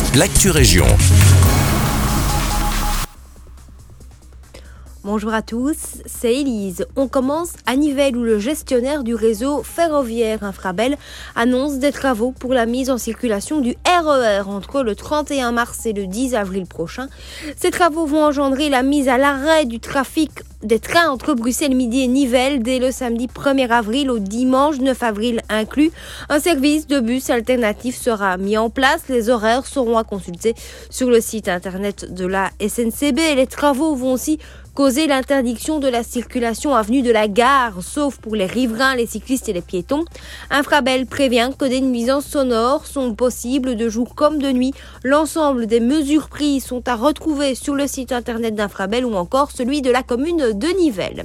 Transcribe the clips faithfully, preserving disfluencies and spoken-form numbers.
l'actu région. Bonjour à tous, c'est Élise. On commence à Nivelles où le gestionnaire du réseau ferroviaire Infrabel annonce des travaux pour la mise en circulation du R E R entre le trente et un mars et le dix avril prochain. Ces travaux vont engendrer la mise à l'arrêt du trafic des trains entre Bruxelles Midi et Nivelles dès le samedi premier avril au dimanche neuf avril inclus. Un service de bus alternatif sera mis en place. Les horaires seront à consulter sur le site internet de la S N C B. Et les travaux vont aussi causer l'interdiction de la circulation avenue de la Gare, sauf pour les riverains, les cyclistes et les piétons. Infrabel prévient que des nuisances sonores sont possibles de jour comme de nuit. L'ensemble des mesures prises sont à retrouver sur le site internet d'Infrabel ou encore celui de la commune de Nivelles.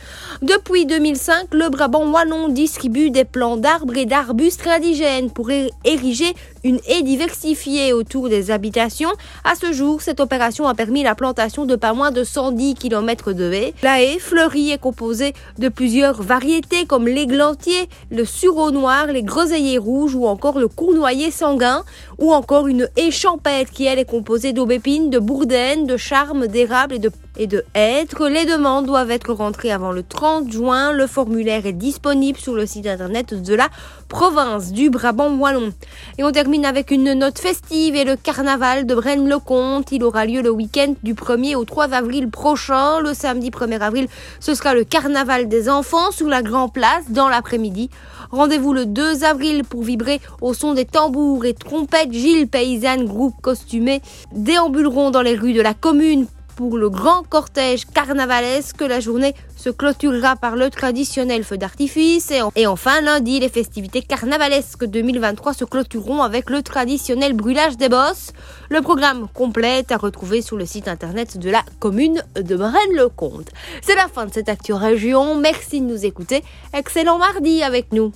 Depuis deux mille cinq, le Brabant wallon distribue des plants d'arbres et d'arbustes indigènes pour ériger une haie diversifiée autour des habitations. À ce jour, cette opération a permis la plantation de pas moins de cent dix kilomètres de haies. La haie fleurie est composée de plusieurs variétés comme l'églantier, le sureau noir, les groseilliers rouges ou encore le cournoyer sanguin, ou encore une haie champêtre qui elle est composée d'aubépines, de bourdaines, de charmes, d'érable et de et de hêtres. Les demandes doivent être rentrées avant le trente juin. Le formulaire est disponible sur le site internet de la province du Brabant wallon. Et on termine avec une note festive et le carnaval de Braine-le-Comte. Il aura lieu le week-end du premier au trois avril prochain. Le samedi premier avril, ce sera le carnaval des enfants sur la Grand Place dans l'après-midi. Rendez-vous le deux avril pour vibrer au son des tambours et trompettes. Gilles Paysanne, groupe costumé, déambuleront dans les rues de la commune pour le grand cortège carnavalesque. La journée se clôturera par le traditionnel feu d'artifice. Et enfin, lundi, les festivités carnavalesques deux mille vingt-trois se clôtureront avec le traditionnel brûlage des bosses. Le programme complet est à retrouver sur le site internet de la commune de Braine-le-Comte. C'est la fin de cette Actu Région. Merci de nous écouter. Excellent mardi avec nous.